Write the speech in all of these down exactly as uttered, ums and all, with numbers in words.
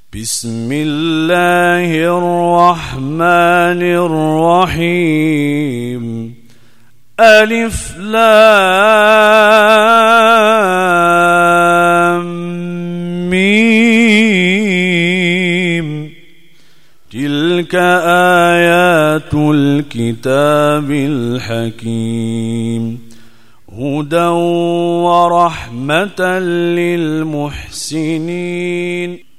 بسم الله الرحمن الرحيم. ألف لام ميم. تلك آيات الكتاب الحكيم، هدى ورحمة للمحسنين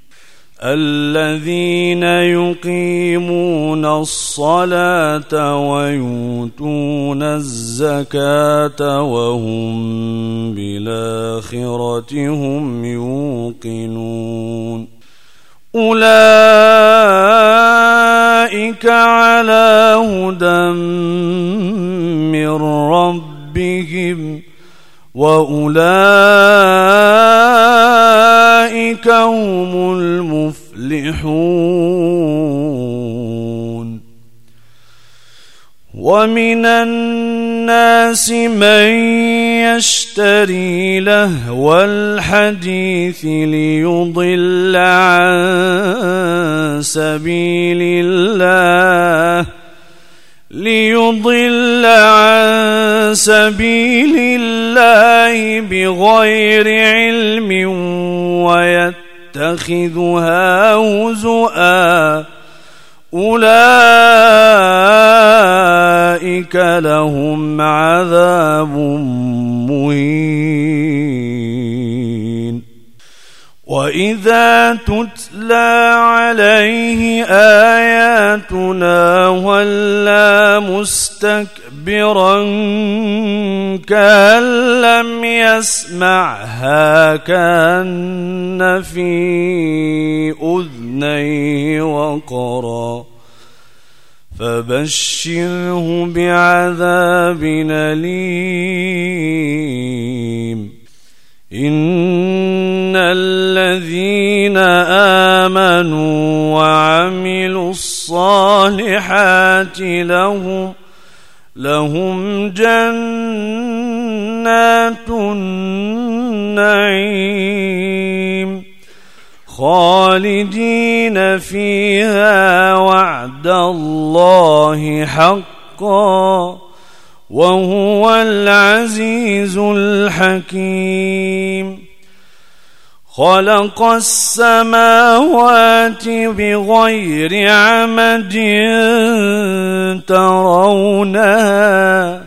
الذين يقيمون الصلاة ويؤتون الزكاة وهم بالآخرة هم يوقنون. أولئك على هدى من ربهم وأولئك هم المفلحون. ومن الناس من يشتري لهو الحديث ليضل عن سبيل الله ليضل عن سبيل الله بغير علم ويتخذها هزؤا، أولئك لهم عذاب مهين. وإذا تتلى عليه آياتنا ولى مستكبرا كأن لم يسمعها كأن في أذنيه وقرا، فبشره بعذاب أليم. إن الذين آمنوا وعملوا الصالحات لهم لهم جنات النعيم خالدين فيها وعد الله حقا وهو العزيز الحكيم. خلق السماوات بغير عمد ترونها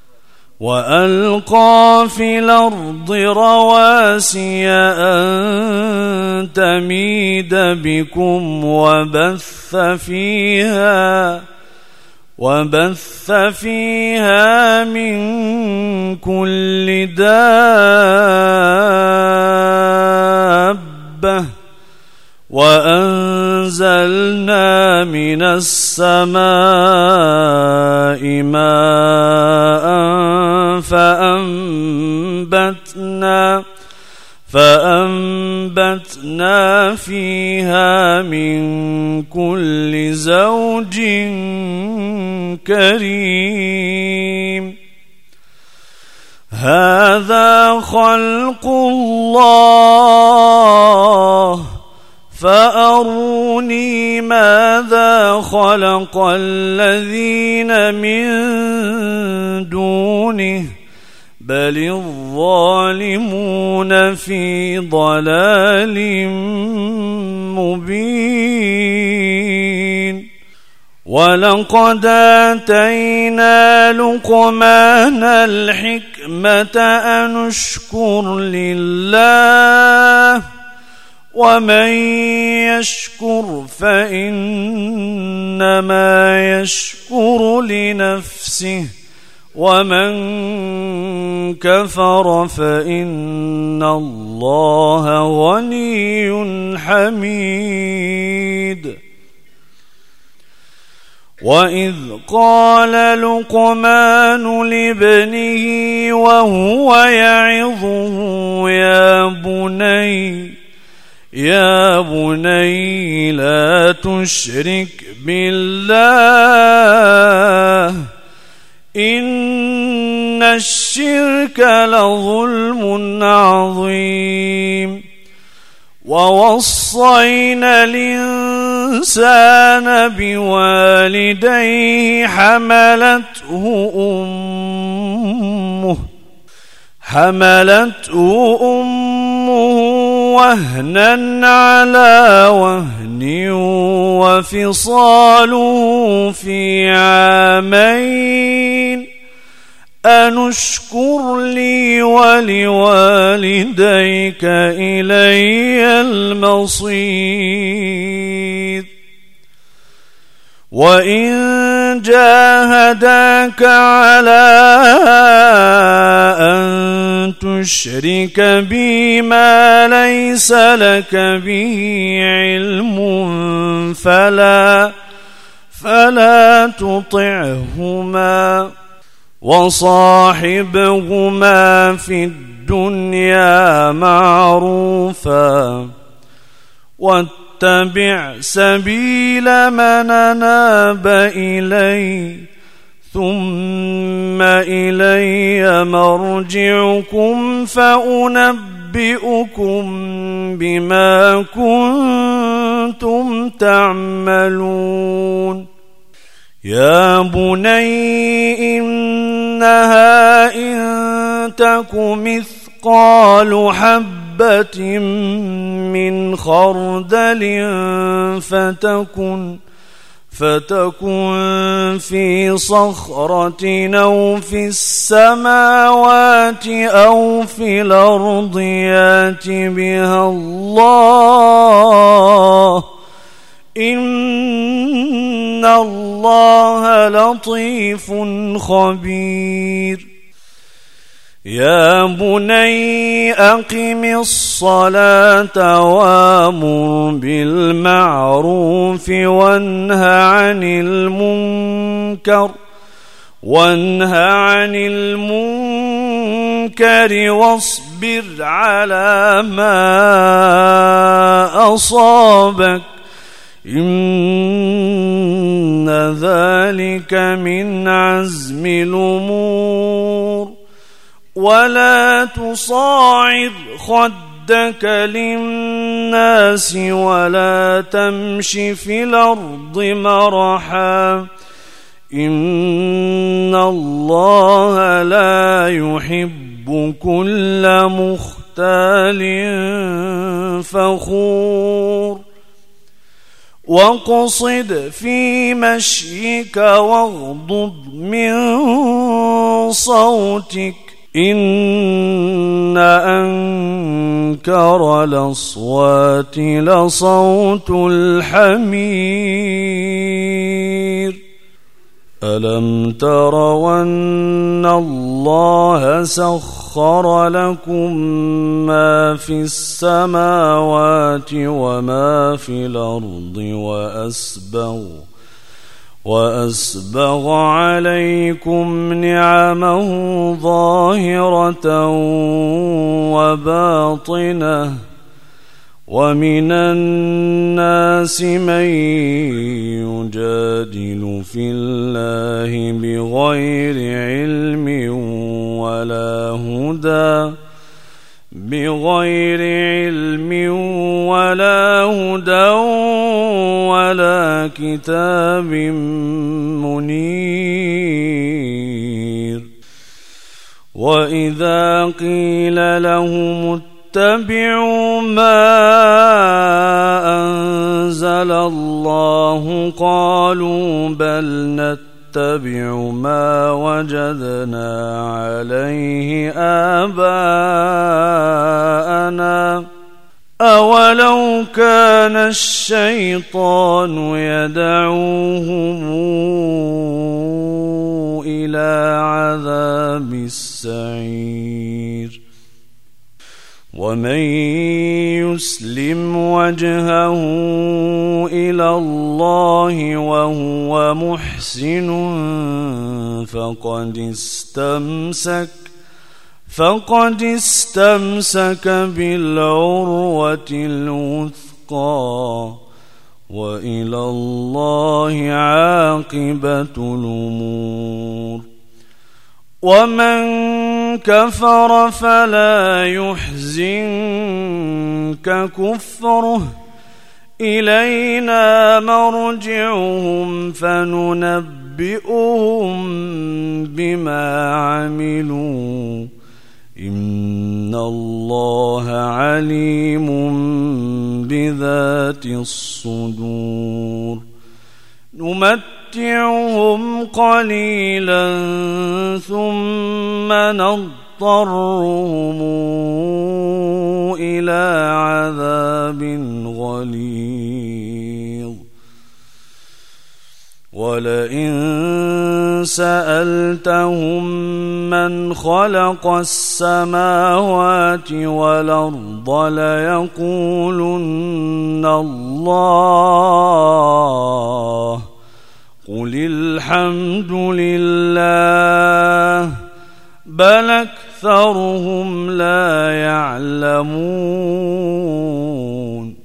وألقى في الأرض رواسي أن تميد بكم وبث فيها وبث فيها من كل دابة وأنزلنا من السماء ماء فأنبتنا فأنبتنا فيها من كل زوج كريم. هذا خلق الله فأروني ماذا خلق الذين من دونه بل الظالمون في ضلال مبين. ولقد آتينا لقمان الحكمة أن اشكر لله ومن يشكر فإنما يشكر لنفسه ومن كفر فإن الله غني حميد. وإذ قال لقمان لابنه وهو يعظه يا بني يا بني لا تشرك بالله إن الشرك لظلم عظيم. ووصينا الإنسان بوالديه حملته أمه حملته أمه وهنا على وهن وفصاله في عامين أن اشكر لي ولوالديك إلي المصير وإن جاهداك على أن تشرك بي ما ليس لك به علم فلا فلا تطعهما وصاحبهما في الدنيا معروفا واتبع سبيل من أناب إلي ثم إلي مرجعكم فأنبئكم بما كنتم تعملون يا بني إنها إن تك مثقال حبة من خردل فتكن فتكن في صخرة أو في السماوات أو في الأرض يأت بها الله إن الله لطيف خبير يا بني أقم الصلاة وأمر بالمعروف وانه عن المنكر وانه عن المنكر واصبر على ما أصابك إن ذلك من عزم الأمور ولا تصاعر خدك للناس ولا تمش في الأرض مرحا إن الله لا يحب كل مختال فخور واقصد في مشيك واغضض من صوتك إن أنكر الأصوات لصوت الحمير ألم تروا أن الله سخر لكم ما في السماوات وما في الأرض وأسبغ وأسبغ عليكم نعمه ظاهرة وباطنة ومن الناس من يجادل في الله بغير علم ولا هدى بغير علم ولا هدى ولا كتاب منير وإذا قيل لهم اتبعوا ما أنزل الله قالوا بل نتبع ما وجدنا عليه آباءنا أولو كان الشيطان يدعوهم إلى عذاب السعير ومن يسلم وجهه إلى الله وهو محسن فقد استمسك فقد استمسك بالعروة الوثقى وإلى الله عاقبة الأمور ومن كفر فلا يحزنك كفره إلينا مرجعهم فننبئهم بما عملوا إن الله عليم بذات الصدور نمتعهم قليلا ثم نضطرهم إلى عذاب غليظ ولئن سألتهم من خلق السماوات والأرض ليقولن الله قل الحمد لله بل أكثرهم لا يعلمون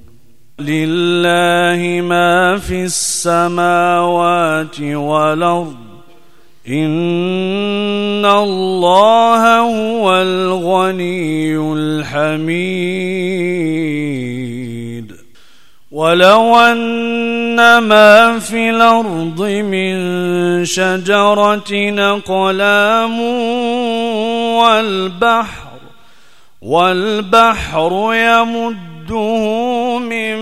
لله ما في السماوات والأرض إن الله هو الغني الحميد ولو أن ما في الأرض من شجرة أقلام والبحر والبحر يمده من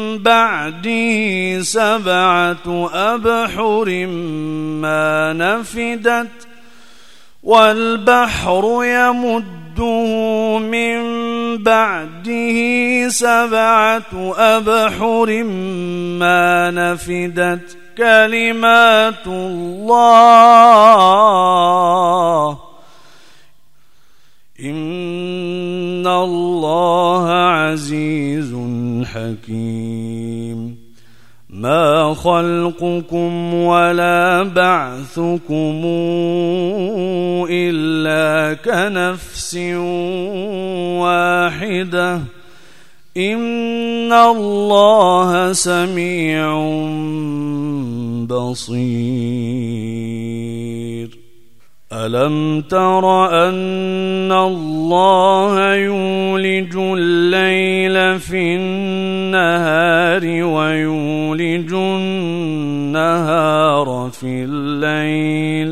بعده سبعة أبحر ما نفدت والبحر يمده من بعده سبعة أبحر ما نفدت كلمات الله إن الله عزيز حكيم ما خلقكم ولا بعثكم إلا كنفس واحدة إن الله سميع بصير ألم تر أن الله يولج الليل في النهار ويولج النهار في الليل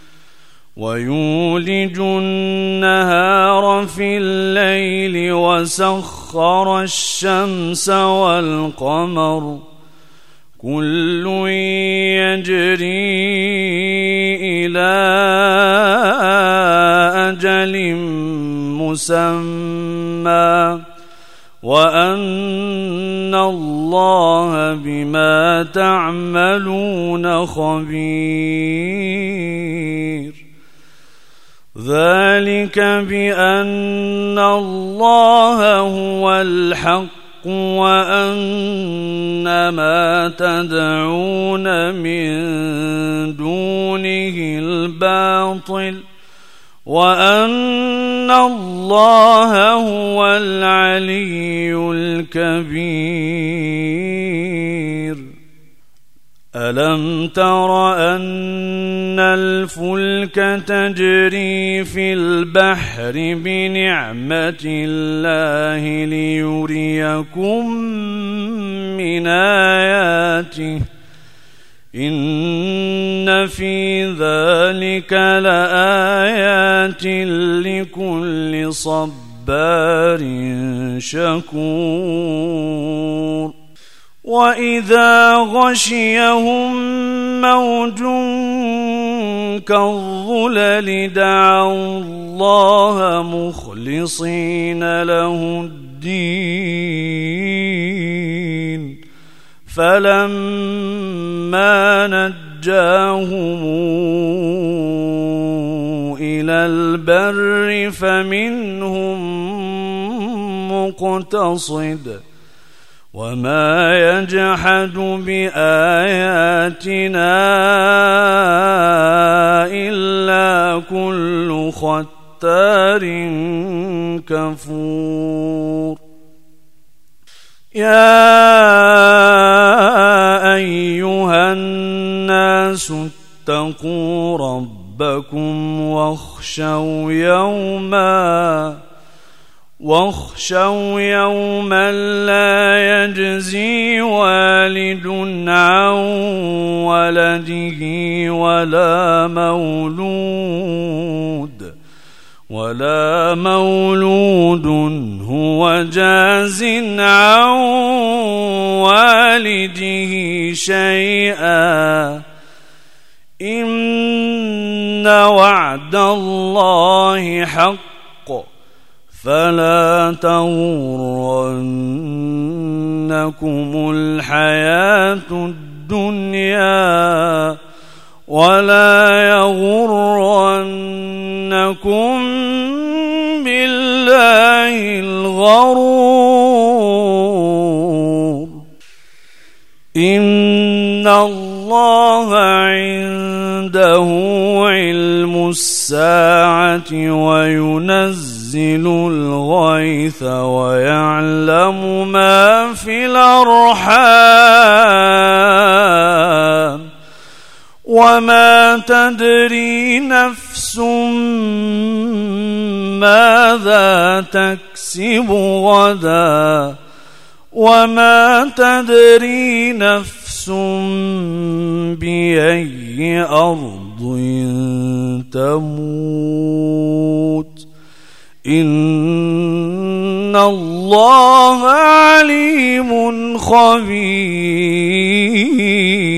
ويولج النهار في الليل وسخر الشمس والقمر كل يجري إلى أجل مسمى وأن الله بما تعملون خبير ذلك بأن الله هو الحق وأن ما تدعون من دونه الباطل وأن الله هو العلي الكبير ألم تر أن الفلك تجري في البحر بنعمة الله ليريكم من آياته إن في ذلك لآيات لكل صبار شكور وإذا غشيهم موج كالظلل دعوا الله مخلصين له الدين فلما نجاهم إلى البر فمنهم مقتصد وما يجحد بآياتنا إلا كل ختار كفور يا أيها الناس اتقوا ربكم ربكم واخشوا يوما واخشوا يوما لا يجزي والد عن ولده ولا مولود ولا مولود هو جاز عن والده شيئا إن وعد الله حق فلا تغرنكم الحياة الدنيا ولا يغرنكم بالله الغرور إن الله عنده علم الساعة وينزل الغيث ويعلم ما في الأرحام وما تدري نفس ماذا تكسب غدا وما تدري نفس بأي أرض تموت إن الله عليم خبير.